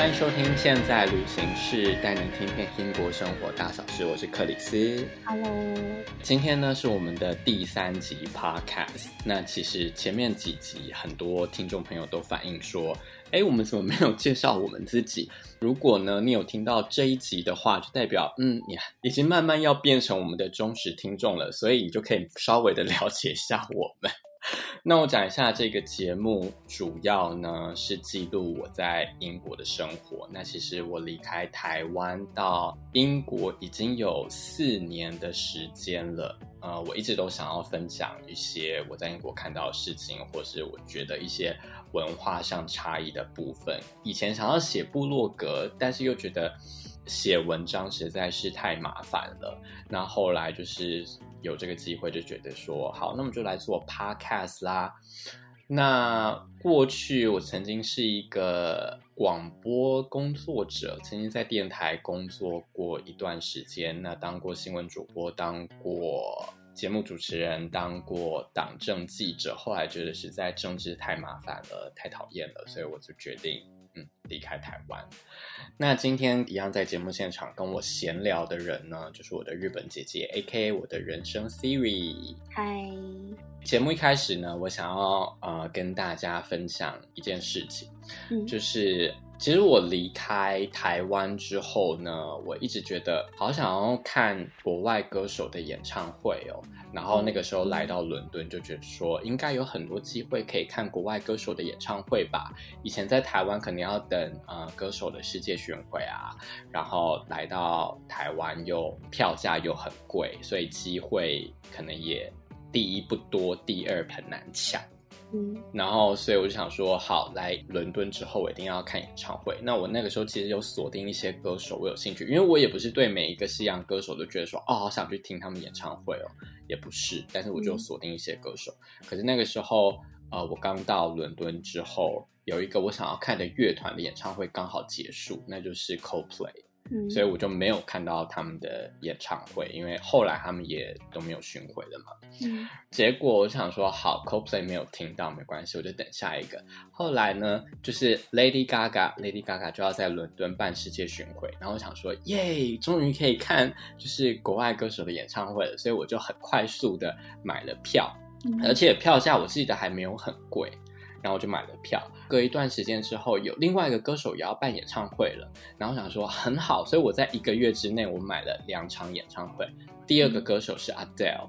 迎收听现在旅行室，带您听遍英国生活大小事，我是克里斯。 Hello， 今天呢是我们的第3集 podcast。 那其实前面几集很多听众朋友都反映说，我们怎么没有介绍我们自己？如果呢你有听到这一集的话，就代表你已经慢慢要变成我们的忠实听众了，所以你就可以稍微的了解一下我们。那我讲一下这个节目，主要呢是记录我在英国的生活。那其实我离开台湾到英国已经有4年的时间了。我一直都想要分享一些我在英国看到的事情，或是我觉得一些文化上差异的部分。以前想要写部落格，但是又觉得写文章实在是太麻烦了。那后来就是有这个机会，就觉得说好，那我们就来做 podcast 啦。那过去我曾经是一个广播工作者，曾经在电台工作过一段时间，那当过新闻主播，当过节目主持人，当过党政记者，后来觉得实在政治太麻烦了，太讨厌了，所以我就决定离开台湾。那今天一样在节目现场跟我闲聊的人呢，就是我的日本姐姐 AKA 我的人生 Siri。 嗨， 节目一开始呢，我想要跟大家分享一件事情，就是其实我离开台湾之后呢，我一直觉得好想要看国外歌手的演唱会哦。然后那个时候来到伦敦，就觉得说应该有很多机会可以看国外歌手的演唱会吧。以前在台湾可能要等歌手的世界巡回啊，然后来到台湾又票价又很贵，所以机会可能也第一不多，第二很难抢。然后所以我就想说好，来伦敦之后我一定要看演唱会。那我那个时候其实有锁定一些歌手我有兴趣，因为我也不是对每一个西洋歌手都觉得说好想去听他们演唱会哦，也不是，但是我就锁定一些歌手。可是那个时候我刚到伦敦之后，有一个我想要看的乐团的演唱会刚好结束，那就是 Coldplay。所以我就没有看到他们的演唱会，因为后来他们也都没有巡回了嘛。结果我想说好， Coldplay 没有听到没关系，我就等下一个。后来呢，就是 Lady Gaga 就要在伦敦办世界巡回，然后我想说耶，终于可以看就是国外歌手的演唱会了，所以我就很快速的买了票，而且票价我记得还没有很贵，然后我就买了票。隔一段时间之后，有另外一个歌手也要办演唱会了，然后我想说很好，所以我在1个月之内我买了2场演唱会。第二个歌手是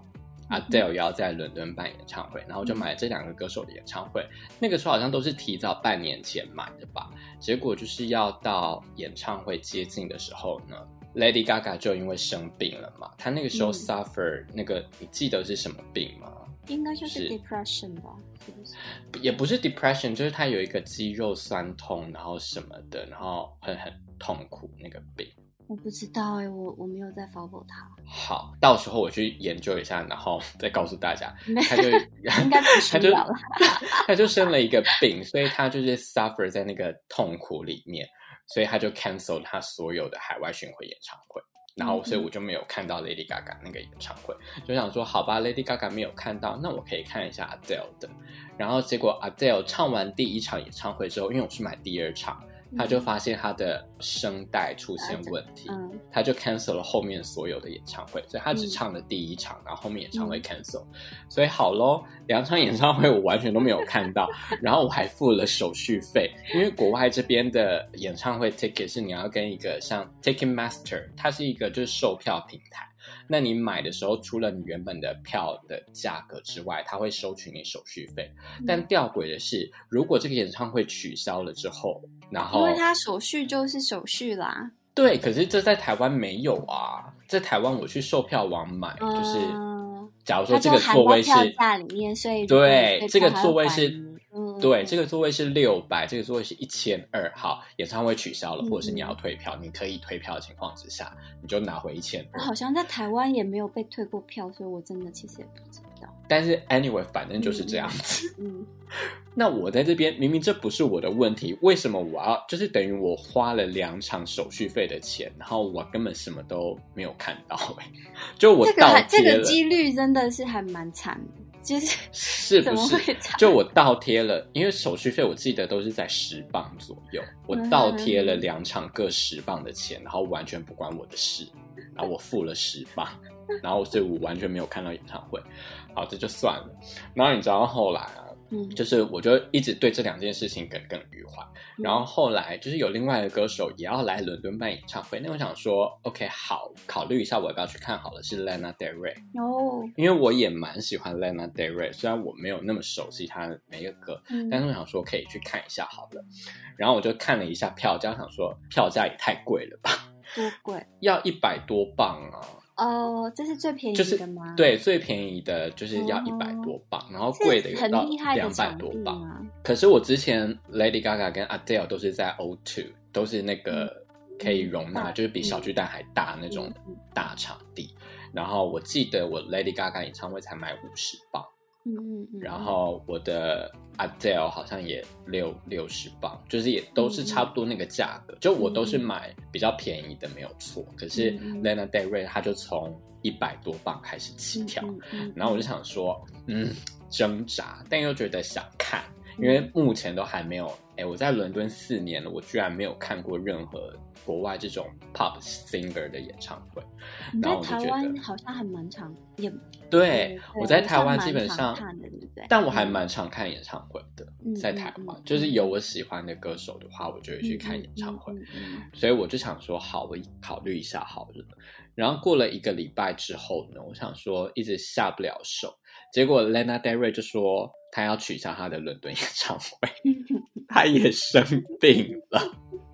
Adele 也要在伦敦办演唱会，然后就买了这2个歌手的演唱会。那个时候好像都是提早半年前买的吧，结果就是要到演唱会接近的时候呢，Lady Gaga 就因为生病了嘛，她那个时候 suffer 那个，你记得是什么病吗？ 应该就是 depression 吧，是不是？ 也不是 depression， 就是他有一个肌肉酸痛，然后什么的，然后很痛苦那个病。 我不知道我没有在 follow 他。 好，到时候我去研究一下，然后再告诉大家。他就应该不需要了。 他就生了一个病，所以他就是 suffer 在那个痛苦里面，所以他就 cancel 他所有的海外巡回演唱会。然后所以我就没有看到 Lady Gaga 那个演唱会，就想说好吧， Lady Gaga 没有看到，那我可以看一下 Adele 的。然后结果 Adele 唱完第1场演唱会之后，因为我是买第2场，他就发现他的声带出现问题，他就 cancel 了后面所有的演唱会，所以他只唱了第1场，然后后面演唱会 cancel。所以好咯，2场演唱会我完全都没有看到，然后我还付了手续费，因为国外这边的演唱会 ticket 是你要跟一个像 Ticketmaster， 它是一个就是售票平台。那你买的时候，除了你原本的票的价格之外，它会收取你手续费。但吊诡的是，如果这个演唱会取消了之后，然后因为它手续就是手续啦。 对，可是这在台湾没有啊。在台湾我去售票网买，就是假如说这个座位是它就含在票价里面，所以对这个座位是。对，这个座位是600，这个座位是1200。好，演唱会取消了，或者是你要退票，你可以退票的情况之下，你就拿回1200。 好像在台湾也没有被退过票，所以我真的其实也不知道。 但是 anyway， 反正就是这样子。那我在这边明明这不是我的问题，为什么我要就是等于我花了2场手续费的钱，然后我根本什么都没有看到就我倒接了这个几率真的是还蛮惨的。 就是不是？就我倒贴了，因为手续费我记得都是在10磅左右，我倒贴了2场各10磅的钱，然后完全不关我的事，然后我付了10磅，然后所以我完全没有看到演唱会。好，这就算了。然后你知道后来啊，就是我就一直对这2件事情耿耿于怀。然后后来就是有另外一个歌手也要来伦敦办演唱会，那我想说 OK 好，考虑一下我要不要去看好了，是 Lana Del Rey。因为我也蛮喜欢 Lana Del Rey， 虽然我没有那么熟悉她的每一个歌，但是我想说可以去看一下好了。然后我就看了一下票价，想说票价也太贵了吧。 多贵？ 要100多磅啊。 这是最便宜的吗？ 就是对，最便宜的就是要100多磅，然后贵的有到200多磅。可是我之前 Lady Gaga 跟 Adele 都是在 O2， 都是那个可以容纳，就是比小巨蛋还大那种大场地。然后我记得我 Lady Gaga 演唱会才买50磅，然后我的 Adele 好像也60磅，就是也都是差不多那个价格。就我都是买比较便宜的没有错，可是 Lana Del Rey 他就从100多磅开始起跳，然后我就想说挣扎，但又觉得想看，因为目前都还没有我在伦敦4年了，我居然没有看过任何国外这种 pop singer 的演唱会。 你在台湾好像还蛮常也对，我在台湾基本上看的，对不对？ 但我还蛮常看演唱会的，在台湾就是有我喜欢的歌手的话，我就会去看演唱会。所以我就想说好，我考虑一下好了。然后过了1个礼拜之后呢，我想说一直下不了手，结果 Lana Del Rey 就说他要取消他的伦敦演唱会，他也生病了。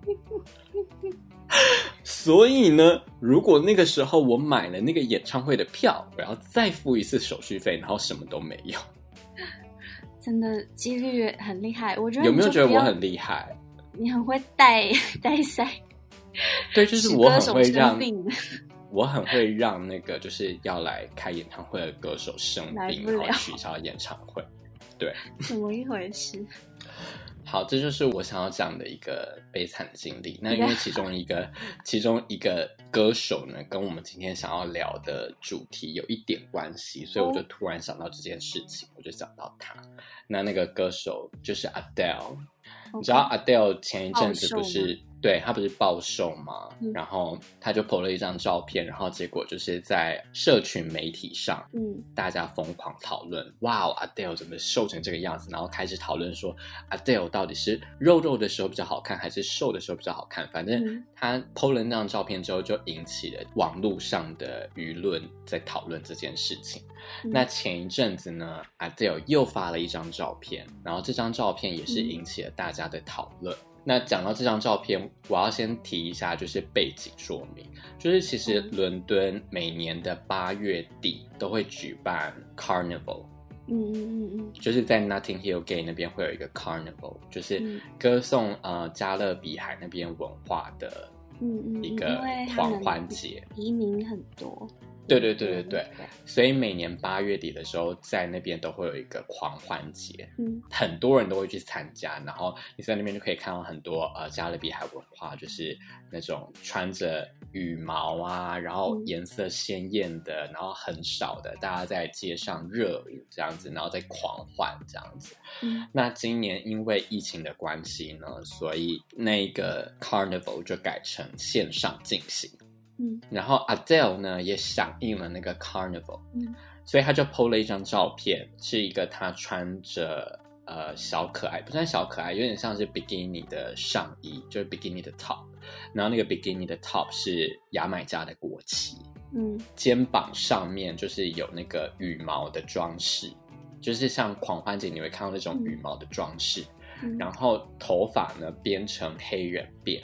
所以呢，如果那个时候我买了那个演唱会的票，我要再付一次手续费，然后什么都没有。 真的几率很厉害，我觉得有没有觉得我很厉害？ 你很会带赛。 对，就是我很会让那个就是要来开演唱会的歌手生病，然后取消演唱会。对， 怎么一回事？ 好，这就是我想要讲的一个悲惨的经历。那因为其中一个歌手呢，跟我们今天想要聊的主题有一点关系，所以我就突然想到这件事情，我就想到他。那个歌手就是 Adele。你知道 Adele 前一阵子不是对他不是暴瘦吗？然后他就 po 了一张照片，然后结果就是在社群媒体上，大家疯狂讨论，哇 Adele 怎么瘦成这个样子？然后开始讨论说 Adele 到底是肉的时候比较好看，还是瘦的时候比较好看？反正他 po 了那张照片之后，就引起了网络上的舆论在讨论这件事情。那前一阵子呢 Adele 又发了一张照片，然后这张照片也是引起了大家的讨论。那讲到这张照片，我要先提一下就是背景说明，就是其实伦敦每年的8月底都会举办 Carnival，就是在 Notting Hill Gate 那边会有一个 Carnival， 就是歌颂加勒比海那边文化的一个狂欢节， 移民很多。 对，所以每年8月底的时候，在那边都会有一个狂欢节，很多人都会去参加，然后你在那边就可以看到很多加勒比海文化，就是那种穿着羽毛啊，然后颜色鲜艳的，然后很少的，大家在街上热舞这样子，然后在狂欢这样子。那今年因为疫情的关系呢，所以那个 Carnival 就改成线上进行。然后 Adele 呢也响应了那个 Carnival，所以他就 po 了一张照片，是一个他穿着小可爱，不算小可爱，有点像是 bikini 的上衣，就是 bikini 的 top， 然后那个 bikini 的 top 是牙买加的国旗，肩膀上面就是有那个羽毛的装饰，就是像狂欢节你会看到那种羽毛的装饰，然后头发呢编成黑人辫，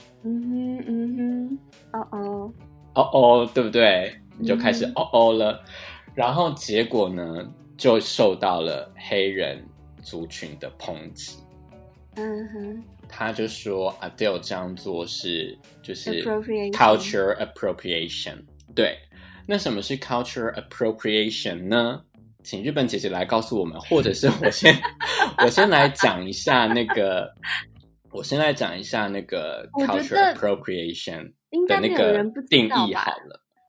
对不对？你就开始了，然后结果呢就受到了黑人族群的抨击。他就说 Adele 这样做就是 culture appropriation。对，那什么是 culture appropriation 呢？请日本姐姐来告诉我们，或者是我先来讲一下那个culture appropriation 的那个定义好了。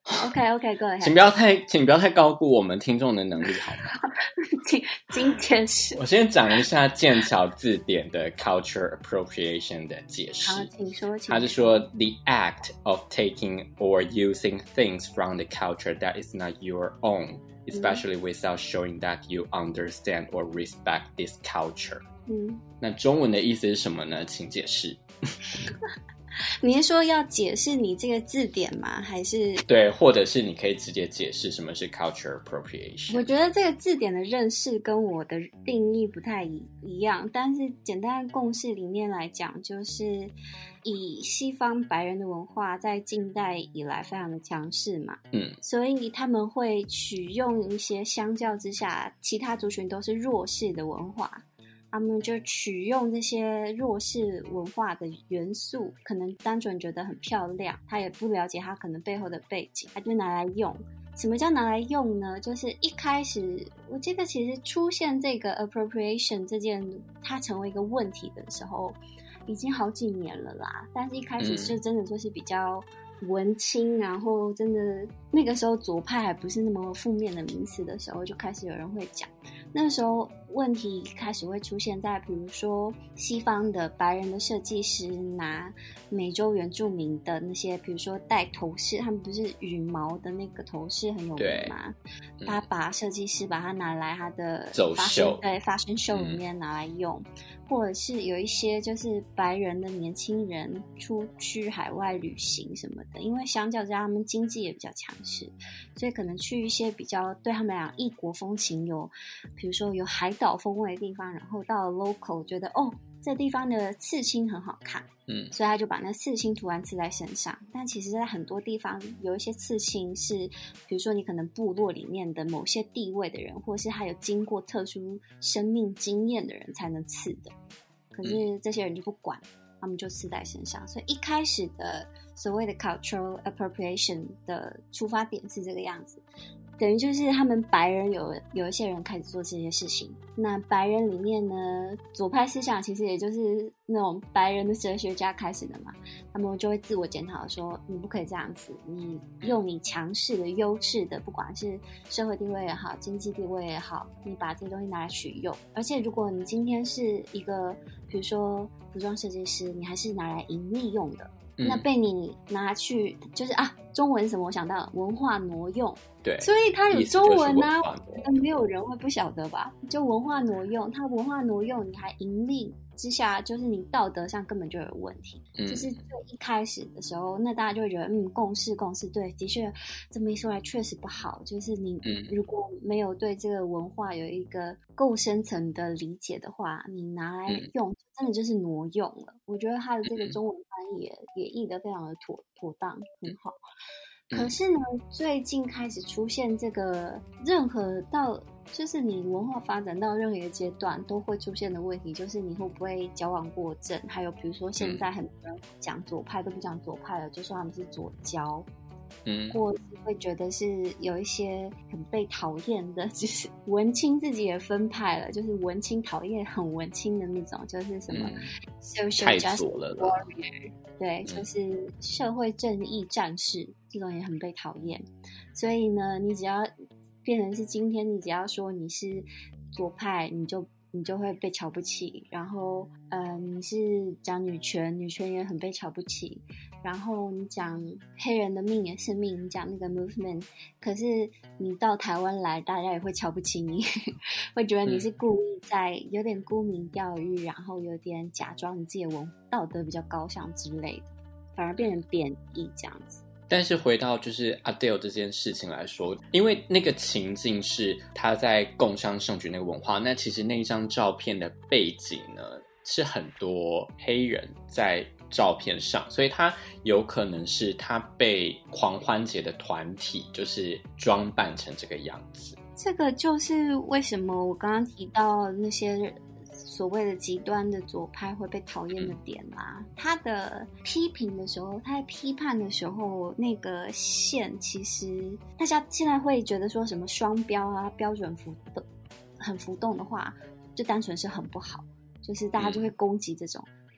OK， go ahead。 请不要太高估我们听众的能力，好吗？ 请解释。 我先讲一下剑桥字典的 culture appropriation 的解释。 好，请说。 他是说 the act of taking or using things from the culture that is not your own, especially without showing that you understand or respect this culture。那中文的意思是什么呢？请解释。 你是说要解释你这个字典吗？还是对，或者是你可以直接解释什么是 culture appropriation？ 我觉得这个字典的认识跟我的定义不太一样，但是简单的共识里面来讲，就是以西方白人的文化在近代以来非常的强势嘛，所以他们会取用一些相较之下其他族群都是弱势的文化。他们就取用这些弱势文化的元素，可能单纯觉得很漂亮，他也不了解他可能背后的背景，他就拿来用。什么叫拿来用呢？就是一开始我记得其实出现这个 appropriation 这件它成为一个问题的时候已经好几年了啦，但是一开始是真的就是比较文青，然后真的那个时候左派还不是那么负面的名词的时候，就开始有人会讲。那时候问题开始会出现在比如说西方的白人的设计师拿美洲原住民的那些比如说戴头饰，他们不是羽毛的那个头饰很有名吗？他把设计师把它拿来他的走秀， 对fashion show 里面拿来用，或者是有一些就是白人的年轻人出去海外旅行什么的，因为相较之下他们经济也比较强势，所以可能去一些比较对他们来讲异国风情有比如说有海岛风味的地方，然后到了 local 觉得这地方的刺青很好看，所以他就把那刺青图案刺在身上。但其实在很多地方有一些刺青是比如说你可能部落里面的某些地位的人，或是他有经过特殊生命经验的人才能刺的，可是这些人就不管，他们就刺在身上。所以一开始的所谓的 cultural appropriation 的出发点是这个样子，等于就是他们白人有一些人开始做这些事情。那白人里面呢，左派思想其实也就是那种白人的哲学家开始的嘛，他们就会自我检讨说你不可以这样子，你用你强势的优势的不管是社会地位也好经济地位也好，你把这些东西拿来取用。而且如果你今天是一个比如说服装设计师，你还是拿来盈利用的，那被你拿去就是中文什么我想到文化挪用， 对， 所以它有中文啊，没有人会不晓得吧？就文化挪用，它文化挪用你还盈利之下，就是你道德上根本就有问题。就是最一开始的时候，那大家就会觉得共识，对，的确这么一说来确实不好。就是你如果没有对这个文化有一个够深层的理解的话，你拿来用，真的就是挪用了。我觉得他的这个中文翻译也译得非常的妥当，很好。可是呢，最近开始出现这个任何到就是你文化发展到任何一个阶段都会出现的问题，就是你会不会矫枉过正，还有比如说现在很多人讲左派都不讲左派了，就说他们是左交，或是会觉得是有一些很被讨厌的，就是文青自己也分派了，就是文青讨厌很文青的那种，就是什么 social justice warrior， 对，就是社会正义战士，这种也很被讨厌。所以呢，你只要变成是今天你只要说你是左派，你就会被瞧不起，然后你是讲女权也很被瞧不起，然后你讲黑人的命也是命，你讲那个 movement， 可是你到台湾来大家也会瞧不起你会觉得你是故意在有点沽名钓誉，然后有点假装你自己的道德比较高尚之类的，反而变成贬义这样子。 但是回到就是 Adele 这件事情来说，因为那个情境是他在共襄盛举那个文化，那其实那一张照片的背景呢是很多黑人在照片上，所以他有可能是他被狂欢节的团体就是装扮成这个样子。 这个就是为什么我刚刚提到那些所谓的极端的左派会被讨厌的点啦，他的批评的时候，他在批判的时候，那个线其实大家现在会觉得说什么双标啊、标准很浮动的话，就单纯是很不好，就是大家就会攻击这种。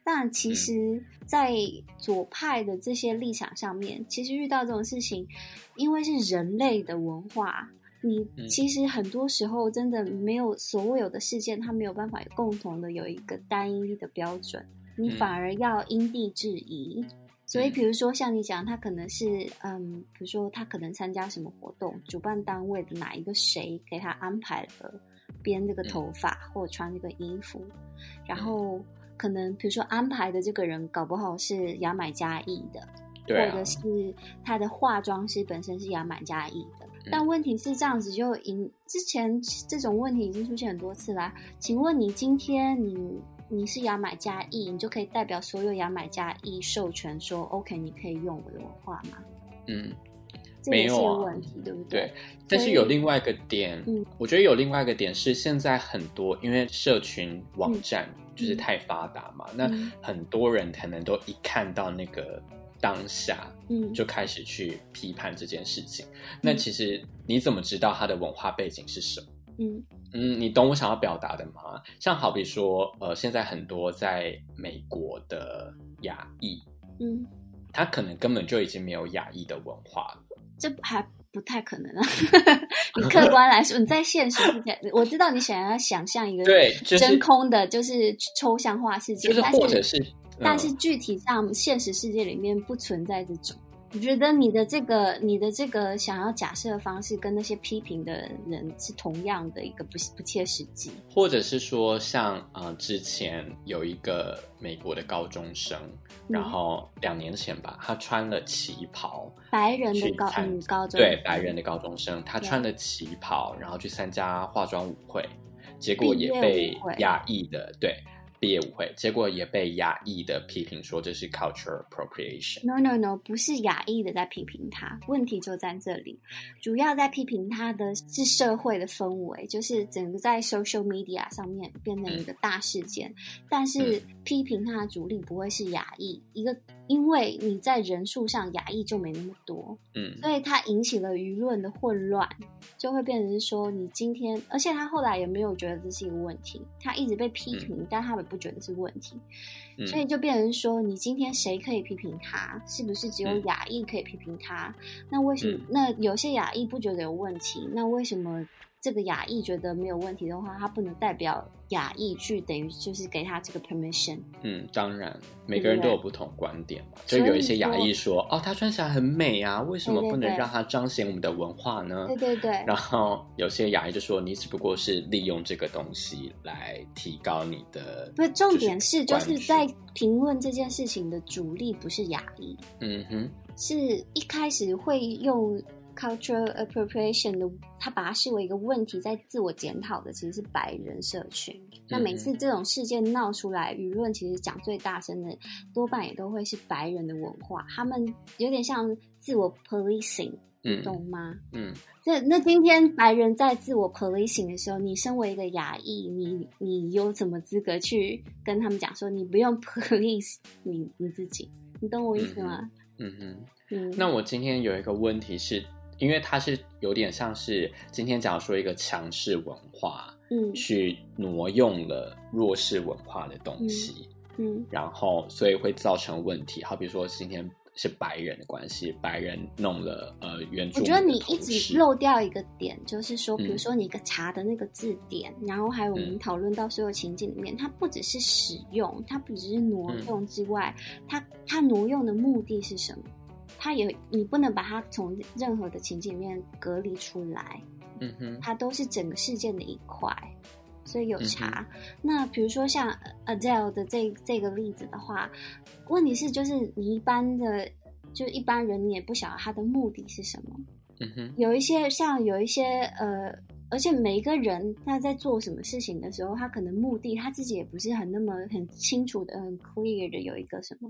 但其实在左派的这些立场上面，其实遇到这种事情，因为是人类的文化，你其实很多时候真的没有所有的事件，它没有办法共同的有一个单一的标准，你反而要因地制宜。所以比如说像你讲，他可能是比如说他可能参加什么活动，主办单位的哪一个谁给他安排了编这个头发或者穿这个衣服，然后可能比如说安排的这个人搞不好是牙买加裔的， 对啊， 或者是他的化妆师本身是牙买加裔的，但问题是这样子就之前这种问题已经出现很多次啦。请问你今天你是牙买加裔，你就可以代表所有牙买加裔授权说 OK 你可以用我的文化吗？这也是个问题，对不对？ 对，但是有另外一个点，我觉得有另外一个点是现在很多因为社群网站就是太发达嘛，那很多人可能都一看到那个当下就开始去批判这件事情，那其实你怎么知道他的文化背景是什么？你懂我想要表达的吗？像好比说现在很多在美国的亚裔，他可能根本就已经没有亚裔的文化了， 这还不太可能啊。你客观来说，你在现实世界，我知道你想要想象一个真空的，就是抽象化世界， 就是或者是但是具体上现实世界里面不存在这种。我觉得你的这个想要假设的方式跟那些批评的人是同样的一个不切实际， 或者是说像之前有一个美国的高中生，然后2年前吧，他穿了旗袍， 白人的高中对白人的高中生，他穿了旗袍，然后去参加化妆舞会，结果也被亚裔的毕业舞会，结果也被亚裔的批评说这是 cultural appropriation。No， 不是亚裔的在批评他，问题就在这里，主要在批评他的是社会的氛围，就是整个在 social media 上面变成一个大事件，但是批评他的主力不会是亚裔，因为你在人数上亚裔就没那么多，所以他引起了舆论的混乱，就会变成是说你今天，而且他后来也没有觉得这是一个问题，他一直被批评，但他也不觉得是问题，所以就变成说你今天谁可以批评他，是不是只有亚裔可以批评他？那为什么那有些亚裔不觉得有问题，那为什么这个亚裔觉得没有问题的话，他不能代表亚裔去等于就是给他这个 permission？ 当然每个人都有不同观点嘛，就有一些亚裔说他穿起来很美啊，为什么不能让他彰显我们的文化呢？ 对， 然后有些亚裔就说你只不过是利用这个东西来提高你的， 不是重点是就是在评论这件事情的主力不是亚裔，是一开始会用cultural appropriation 的，他把它视为一个问题，在自我检讨的其实是白人社群。那每次这种事件闹出来，舆论其实讲最大声的，多半也都会是白人的文化，他们有点像自我 policing，你懂吗？那今天白人在自我 policing 的时候，你身为一个亚裔，你有什么资格去跟他们讲说你不用 police 你自己？你懂我意思吗？ 那我今天有一个问题是，因为它是有点像是今天假如说一个强势文化，去挪用了弱势文化的东西，然后所以会造成问题。好比说今天是白人的关系，白人弄了原住民的同事。我觉得你一直漏掉一个点，就是说，比如说你查的那个字典，然后还有我们讨论到所有情境里面，它不只是使用，它不只是挪用之外，它挪用的目的是什么？你不能把它从任何的情境里面隔离出来，它都是整个事件的一块，所以有差。那比如说像 Adele 的这个例子的话，问题是就是你一般人你也不晓得他的目的是什么。有一些而且每一个人他在做什么事情的时候，他可能目的他自己也不是很清楚的很 clear 的有一个什么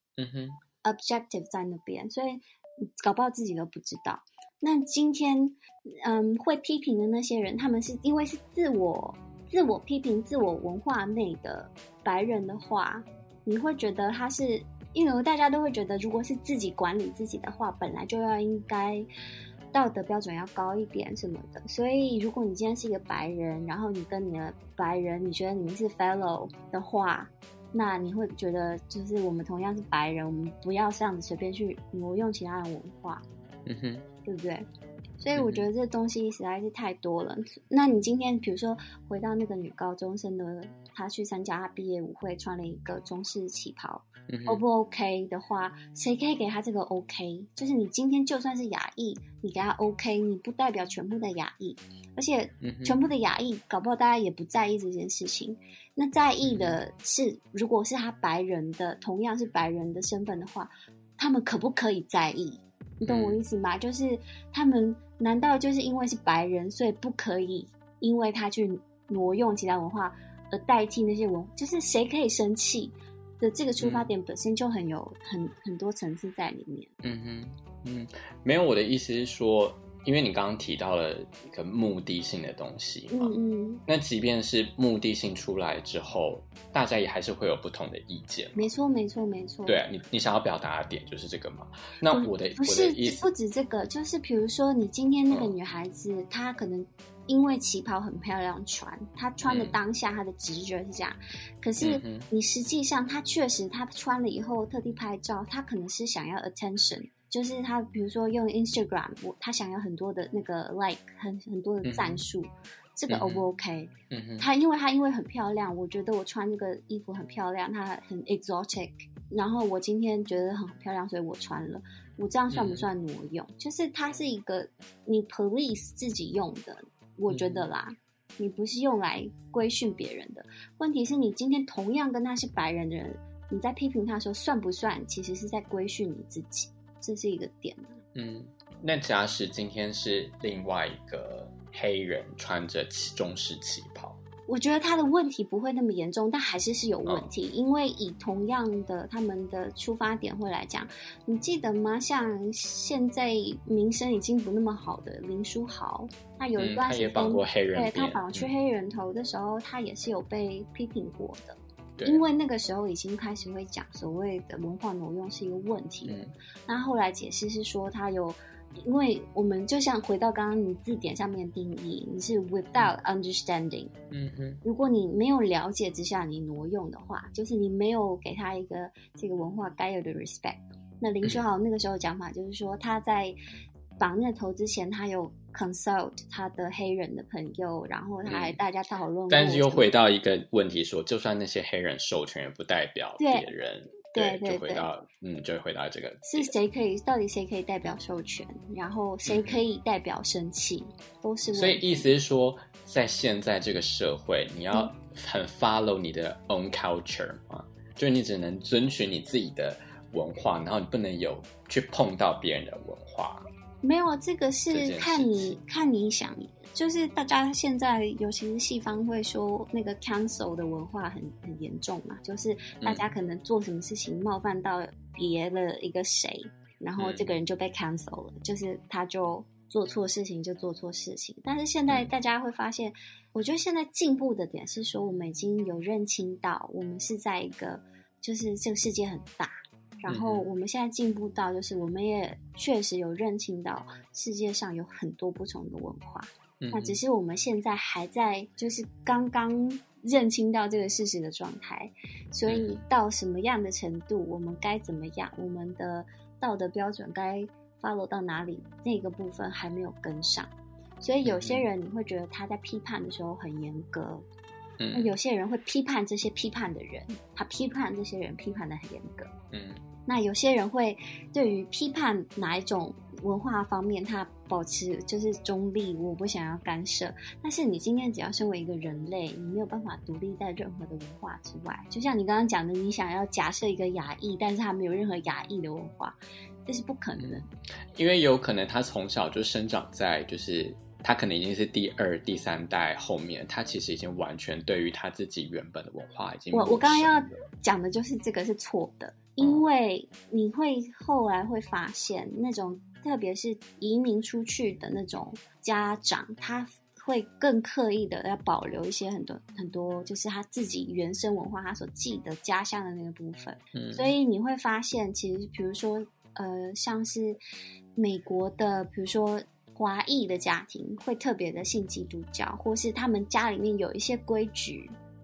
objective 在那边，所以搞不好自己都不知道。那今天会批评的那些人，他们是因为是自我批评自我文化内的白人的话，你会觉得他是因为大家都会觉得如果是自己管理自己的话，本来就应该道德标准要高一点什么的。所以如果你今天是一个白人，然后你跟你的白人你觉得你们是 fellow 的话， 那你会觉得就是我们同样是白人，我们不要这样子随便去挪用其他的文化，对不对？所以我觉得这东西实在是太多了。那你今天比如说回到那个女高中生的，她去参加她毕业舞会，穿了一个中式旗袍，O 不 OK 的话，谁可以给她这个 OK？ 就是你今天就算是亚裔，你给她 OK， 你不代表全部的亚裔，而且全部的亚裔搞不好大家也不在意这件事情。那在意的是，如果是他白人的，同样是白人的身份的话，他们可不可以在意？你懂我意思吗？就是他们难道就是因为是白人，所以不可以因为他去挪用其他文化而代替那些文化？就是谁可以生气的这个出发点本身就很有很多层次在里面。 没有，我的意思是说，因为你刚刚提到了一个目的性的东西嘛，那即便是目的性出来之后，大家也还是会有不同的意见。 没错。 对啊，你想要表达的点就是这个嘛？那我的意思不止这个，就是比如说你今天那个女孩子，她可能因为旗袍很漂亮穿，她穿的当下她的直觉是这样，可是你实际上她确实她穿了以后特地拍照，她可能是想要 attention。就是他比如说用 Instagram， 他想要很多的那个 like 很多的赞数，这个 O 不 OK？他因为很漂亮，我觉得我穿这个衣服很漂亮，它很 exotic， 然后我今天觉得很漂亮，所以我穿了，我这样算不算挪用？就是它是一个你 police 自己用的，我觉得啦，你不是用来规训别人的。问题是你今天同样跟他是白人的人，你在批评他的时候算不算其实是在规训你自己？这是一个点。 那假使今天是另外一个黑人穿着中式旗袍， 我觉得他的问题不会那么严重，但还是有问题，因为以同样的他们的出发点会来讲，你记得吗？像现在名声已经不那么好的林书豪，他有一段时间， 他也绑过黑人辫， 对，他绑去黑人头的时候，他也是有被批评过的。因为那个时候已经开始会讲所谓的文化挪用是一个问题了，那后来解释是说他有，因为我们就像回到刚刚你字典上面的定义，你是 without understanding，如果你没有了解之下你挪用的话，就是你没有给他一个这个文化该有的 respect。那林书豪那个时候讲法就是说，他在绑那个头之前，他有 consult 他的黑人的朋友，然后他还大家讨论。 但是又回到一个问题说，就算那些黑人授权，也不代表别人。对，就回到就回到这个是谁可以，到底谁可以代表授权，然后谁可以代表生气，都是问题。 所以意思是说，在现在这个社会，你要很 follow 你的 own culture 嘛，就你只能遵循你自己的文化，然后你不能有去碰到别人的文化。 没有，这个是看你想，就是大家现在尤其是西方会说那个 cancel 的文化很严重嘛，就是大家可能做什么事情冒犯到别的一个谁，然后这个人就被 cancel 了，就是他就做错事情就做错事情。但是现在大家会发现，我觉得现在进步的点是说，我们已经有认清到我们是在一个就是这个世界很大，然后我们现在进步到就是我们也确实有认清到世界上有很多不同的文化，那只是我们现在还在就是刚刚认清到这个事实的状态，所以到什么样的程度我们该怎么样，我们的道德标准该 follow 到哪里，那个部分还没有跟上。所以有些人你会觉得他在批判的时候很严格，那有些人会批判这些批判的人，他批判这些人批判的很严格，那有些人会对于批判哪一种文化方面他保持就是中立，我不想要干涉。但是你今天只要身为一个人类，你没有办法独立在任何的文化之外，就像你刚刚讲的，你想要假设一个亚裔，但是他没有任何亚裔的文化，这是不可能的。因为有可能他从小就生长在就是他可能已经是第2、第3代后面，他其实已经完全对于他自己原本的文化已经我刚刚要讲的就是这个是错的，因为你会后来会发现那种特别是移民出去的那种家长，他会更刻意的要保留一些很多就是他自己原生文化他所记得家乡的那个部分，所以你会发现其实比如说像是美国的比如说华裔的家庭会特别的信基督教，或是他们家里面有一些规矩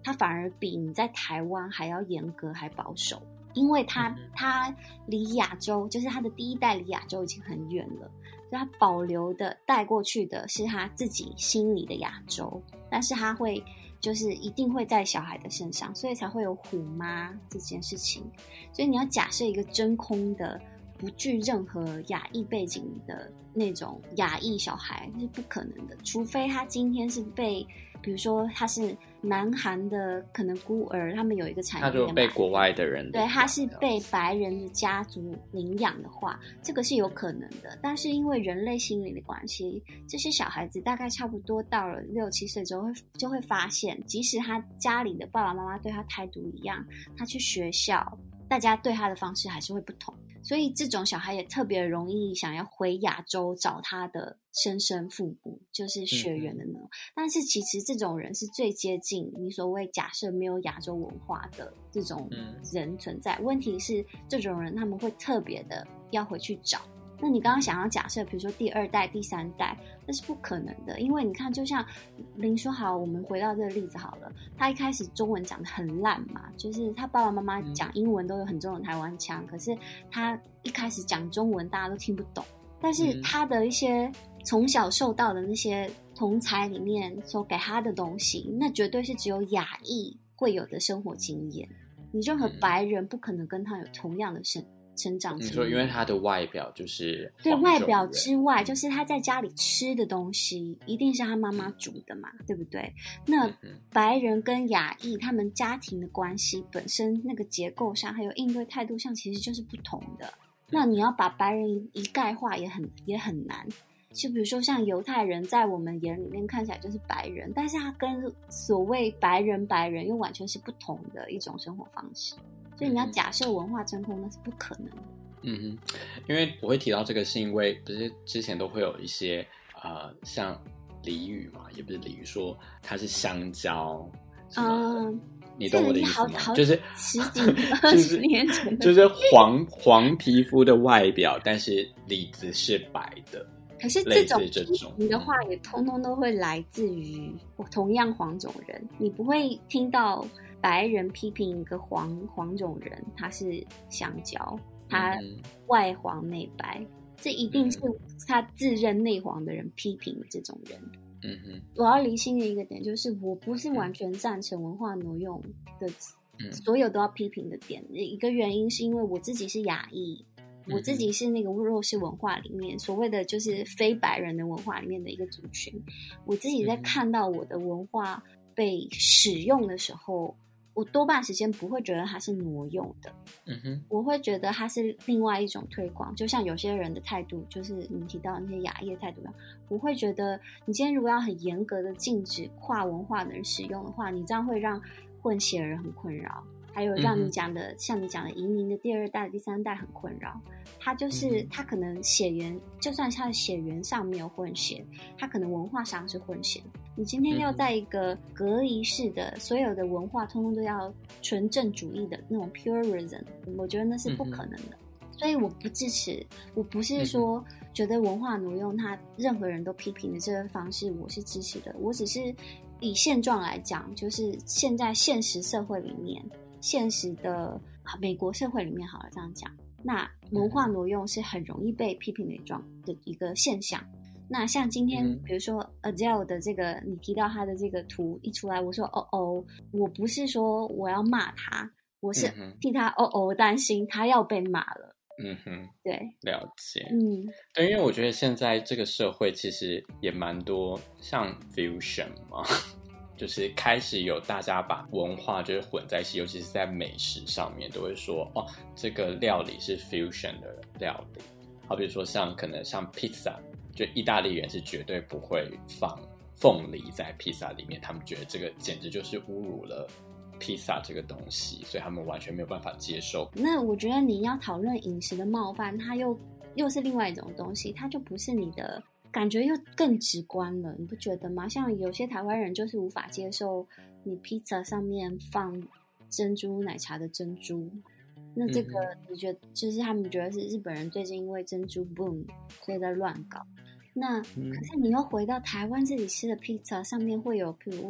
它反而比你在台湾还要严格还保守，因为它离亚洲，就是它的第一代离亚洲已经很远了，所以它保留的带过去的是他自己心里的亚洲，但是他会就是一定会在小孩的身上，所以才会有虎妈这件事情。所以你要假设一个真空的不具任何亚裔背景的那种亚裔小孩是不可能的，除非他今天是被，比如说他是南韩的可能孤儿，他们有一个产业， 他就被国外的人， 对，他是被白人的家族领养的话，这个是有可能的。但是因为人类心理的关系，这些小孩子大概差不多到了6、7岁之后就会发现，即使他家里的爸爸妈妈对他态度一样，他去学校大家对他的方式还是会不同，所以这种小孩也特别容易想要回亚洲找他的生身父母，就是血缘的那种。但是其实这种人是最接近你所谓假设没有亚洲文化的这种人存在。问题是这种人他们会特别的要回去找。那你刚刚想要假设比如说第2代第3代，那是不可能的，因为你看就像林说好，我们回到这个例子好了，他一开始中文讲得很烂嘛，就是他爸爸妈妈讲英文都有很重的台湾腔，可是他一开始讲中文大家都听不懂，但是他的一些从小受到的那些同侪里面所给他的东西，那绝对是只有亚裔会有的生活经验，你任何白人不可能跟他有同样的成长经验。 你说因为他的外表就是对，外表之外就是他在家里吃的东西一定是他妈妈煮的嘛，对不对？那白人跟亚裔他们家庭的关系本身那个结构上还有应对态度上其实就是不同的，那你要把白人一概化也很难。就比如说像犹太人在我们眼里面看起来就是白人，但是他跟所谓白人又完全是不同的一种生活方式，所以你要假设文化真空那是不可能的。 因为我会提到这个是因为不是之前都会有一些像俚语嘛，也不是俚语说它是香蕉你懂我的意思吗？就是 10几年20年前就是黄皮肤的外表，但是里子是白的。 可是这种批评的话也通通都会来自于同样黄种人，你不会听到白人批评一个黄种人他是香蕉，他外黄内白，这一定是他自认内黄的人批评这种人。我要厘清的一个点就是，我不是完全赞成文化挪用的所有都要批评的点。一个原因是因为我自己是亚裔，我自己是那个弱势文化里面所谓的就是非白人的文化里面的一个族群，我自己在看到我的文化被使用的时候，我多半时间不会觉得它是挪用的，我会觉得它是另外一种推广。就像有些人的态度，就是你提到那些亚裔的态度，我会觉得你今天如果要很严格的禁止跨文化的人使用的话，你这样会让混血人很困扰，还有让你讲的像你讲的移民的第2代第3代很困扰。他就是他可能血缘，就算他的血缘上没有混血，他可能文化上是混血。你今天要在一个隔离式的所有的文化通通都要纯正主义的那种 purism， 我觉得那是不可能的。所以我不支持，我不是说觉得文化挪用他任何人都批评的这个方式我是支持的，我只是以现状来讲，就是现在现实社会里面，现实的美国社会里面好了这样讲，那文化挪用是很容易被批评的一个现象。那像今天比如说 Adele 的这个，你提到他的这个图一出来，我说我不是说我要骂他，我是替他担心他要被骂了。对， 了解。对，因为我觉得现在这个社会其实也蛮多像 fusion 嘛，就是开始有大家把文化就是混在一起，尤其是在美食上面都会说这个料理是 fusion 的料理。好比说可能像 pizza， 就意大利人是绝对不会放凤梨在披萨里面，他们觉得这个简直就是侮辱了披萨这个东西，所以他们完全没有办法接受。 那我觉得你要讨论饮食的冒犯，它又是另外一种东西，它就不是你的感觉，又更直观了，你不觉得吗？像有些台湾人就是无法接受你披萨上面放珍珠奶茶的珍珠，那这个你觉得就是他们觉得是日本人最近因为珍珠 boom 所以在乱搞。那可是你又回到台湾自己吃的披萨上面会有譬如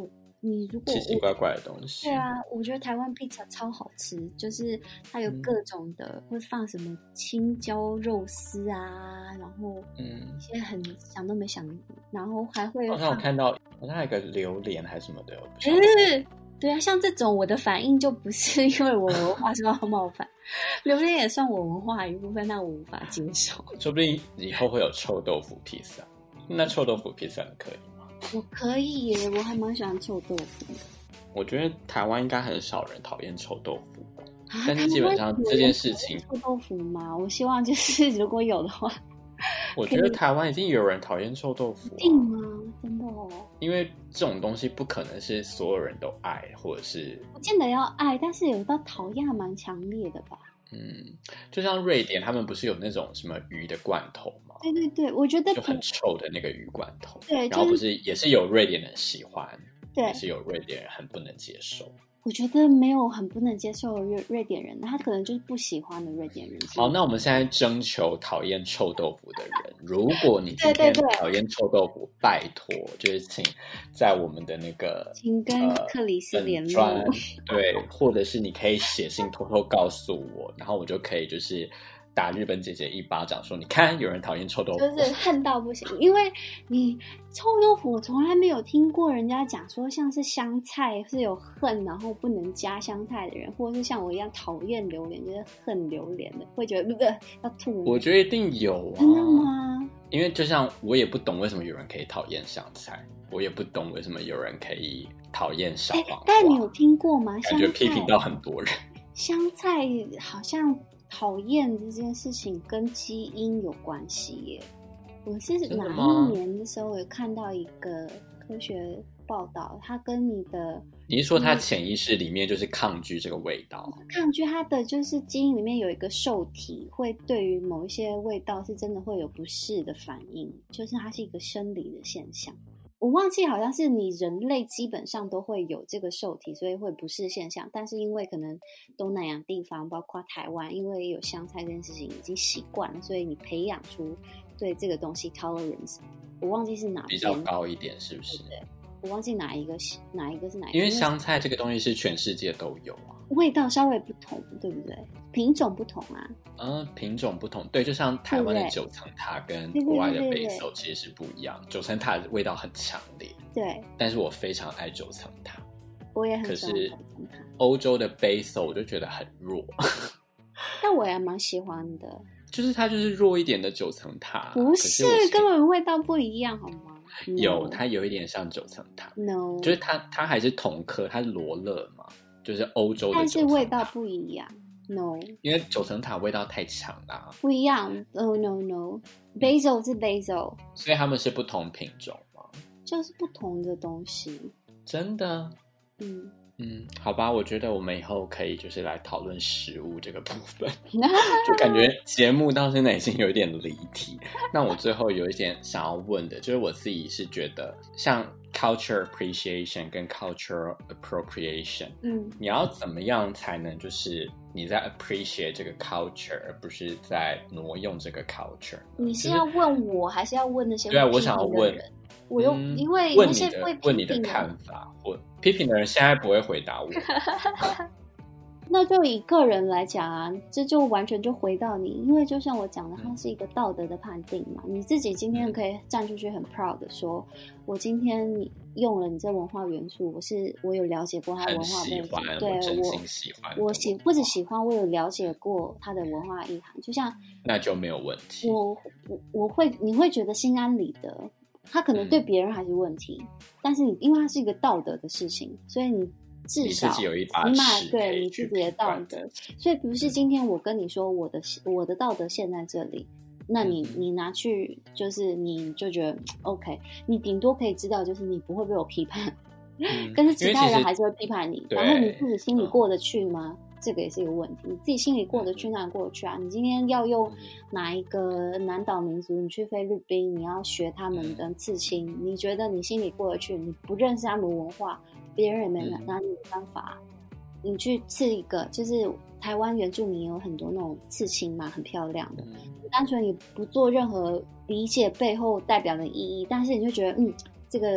你如果奇奇怪怪的东西。 对啊，我觉得台湾披萨超好吃，就是它有各种的，会放什么青椒肉丝啊，然后一些很想都没想，然后还会好像我看到好像还有个榴莲还是什么的，我不晓得。对啊，像这种我的反应就不是因为我文化受到冒犯，榴莲也算我文化的一部分，但我无法接受。 说不定以后会有臭豆腐披萨，那臭豆腐披萨可以吗？ 我可以耶，我还蛮喜欢臭豆腐的。 我觉得台湾应该很少人讨厌臭豆腐吧，但是基本上这件事情， 臭豆腐吗？我希望就是如果有的话， 我觉得台湾一定有人讨厌臭豆腐一定吗？真的哦？ 因为这种东西不可能是所有人都爱，或者是不见得要爱，但是有到讨厌还蛮强烈的吧。 就像瑞典他们不是有那种什么鱼的罐头吗？ 对对对，我觉得就很臭的那个鱼罐头， 对， 然后不是也是有瑞典人喜欢， 对， 也是有瑞典人很不能接受。 我觉得没有很不能接受的瑞典人，他可能就是不喜欢的瑞典人。 好，那我们现在征求讨厌臭豆腐的人，如果你今天讨厌臭豆腐，拜托，就是请在我们的那个， 请跟克里斯联络， 对，或者是你可以写信偷偷告诉我，然后我就可以就是打日本姐姐一巴掌，说你看有人讨厌臭豆腐， 就是恨到不行。因为你臭豆腐，我从来没有听过人家讲说像是香菜是有恨，然后不能加香菜的人，或者是像我一样讨厌榴莲，就是恨榴莲的，会觉得要吐。 我觉得一定有啊， 真的吗？ 因为就像我也不懂为什么有人可以讨厌香菜，我也不懂为什么有人可以讨厌小黄瓜。 但你有听过吗？ 感觉批评到很多人。 香菜好像讨厌这件事情跟基因有关系耶。我是哪一年的时候有看到一个科学报道，它跟你是说它潜意识里面就是抗拒这个味道， 抗拒它的就是基因里面有一个受体会对于某一些味道是真的会有不适的反应，就是它是一个生理的现象。我忘记好像是你人类基本上都会有这个受体，所以会不适现象，但是因为可能东南亚地方包括台湾，因为有香菜这件事情已经习惯了，所以你培养出对这个东西 tolerance， 我忘记是哪边比较高一点，是不是？ 对，我忘记哪一个是哪一个， 因为香菜这个东西是全世界都有啊， 味道稍微不同，对不对？品种不同啊。 品种不同，对，就像台湾的九层塔跟国外的贝手其实是不一样，九层塔的味道很强烈， 对， 但是我非常爱九层塔， 我也很喜欢九层塔。 欧洲的贝手我就觉得很弱， 但我也蛮喜欢的， 就是它就是弱一点的九层塔， 不是根本味道不一样好吗？ 有，它有一点像九层塔 ，no， 就是它还是同科，它是罗勒嘛，就是欧洲的九层塔， 但是味道不一样 ，no， 因为九层塔味道太强啦， 不一样 ，oh no no，basil 是 basil， 所以它们是不同品种吗？ 就是不同的东西， 真的，好吧，我觉得我们以后可以就是来讨论食物这个部分，就感觉节目到现在已经有一点离题。那我最后有一点想要问的，就是我自己是觉得像 culture appreciation 跟 cultural appropriation，你要怎么样才能就是你在 appreciate 这个 culture， 而不是在挪用这个 culture？ 你是要问我，还是要问那些对啊，我想要问。 我又因为问那些会问你的看法，我批评的人现在不会回答我。 那就以个人来讲啊，这就完全就回到你，因为就像我讲的，它是一个道德的判定嘛。你自己今天可以站出去很 proud 的说，我今天用了你这文化元素，我有了解过它的文化背景，对我真心喜欢， 我不止喜欢，我有了解过它的文化意涵，就像那就没有问题。 你会觉得心安理得。他可能对别人还是问题，但是因为它是一个道德的事情，所以你至少你自己有一把尺， 对你自己的道德。所以不是今天我跟你说我的道德线在这里，那你拿去就是你就觉得 OK， 你顶多可以知道就是你不会被我批判，但是其他人还是会批判你，然后你自己心里过得去吗？这个也是一个问题，你自己心里过得去哪里过得去啊？你今天要用哪一个南岛民族，你去菲律宾，你要学他们的刺青，你觉得你心里过得去？你不认识他们文化，别人也没拿你办法。你去刺一个，就是台湾原住民有很多那种刺青嘛，很漂亮的，单纯你不做任何理解背后代表的意义，但是你就觉得这个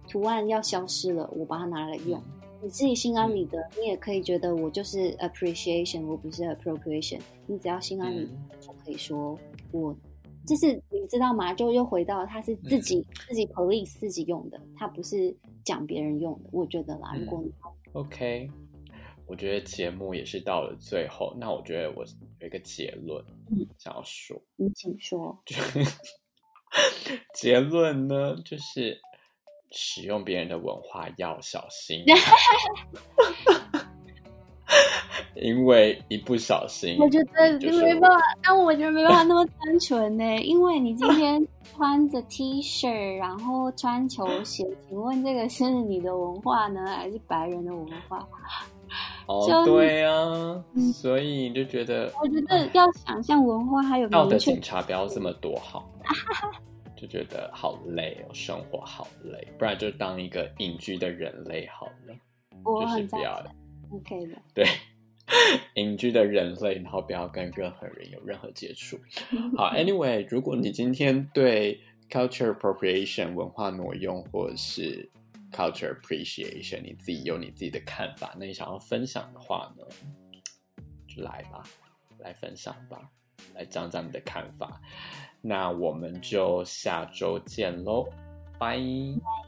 图案要消失了，我把它拿来用。你自己心安理得，你也可以觉得我就是 appreciation， 我不是 appropriation。你只要心安理得，就可以说我，就是你知道吗？就又回到它是自己 police 自己用的，它不是讲别人用的。我觉得啦，如果你 OK， 我觉得节目也是到了最后，那我觉得我有一个结论，想要说， 你请说。 结论呢，就是使用别人的文化要小心。因为一不小心， 我觉得没办法，但我觉得没办法那么单纯呢。因为你今天穿着 T 恤，然后穿球鞋，请问这个是你的文化呢，还是白人的文化？ 对啊，所以就觉得， 我觉得要想象文化还有道德警察不要这么多好吗？就觉得好累哦，生活好累，不然就当一个隐居的人类好了。 我很就是不要的 ，OK 的， 对。隐居的人类，然后不要跟任何人有任何接触。好 ，Anyway， 如果你今天对 culture appropriation 文化挪用或者是 culture appreciation 你自己有你自己的看法，那你想要分享的话呢，就来吧，来分享吧，来讲讲你的看法。那我们就下周见咯，拜。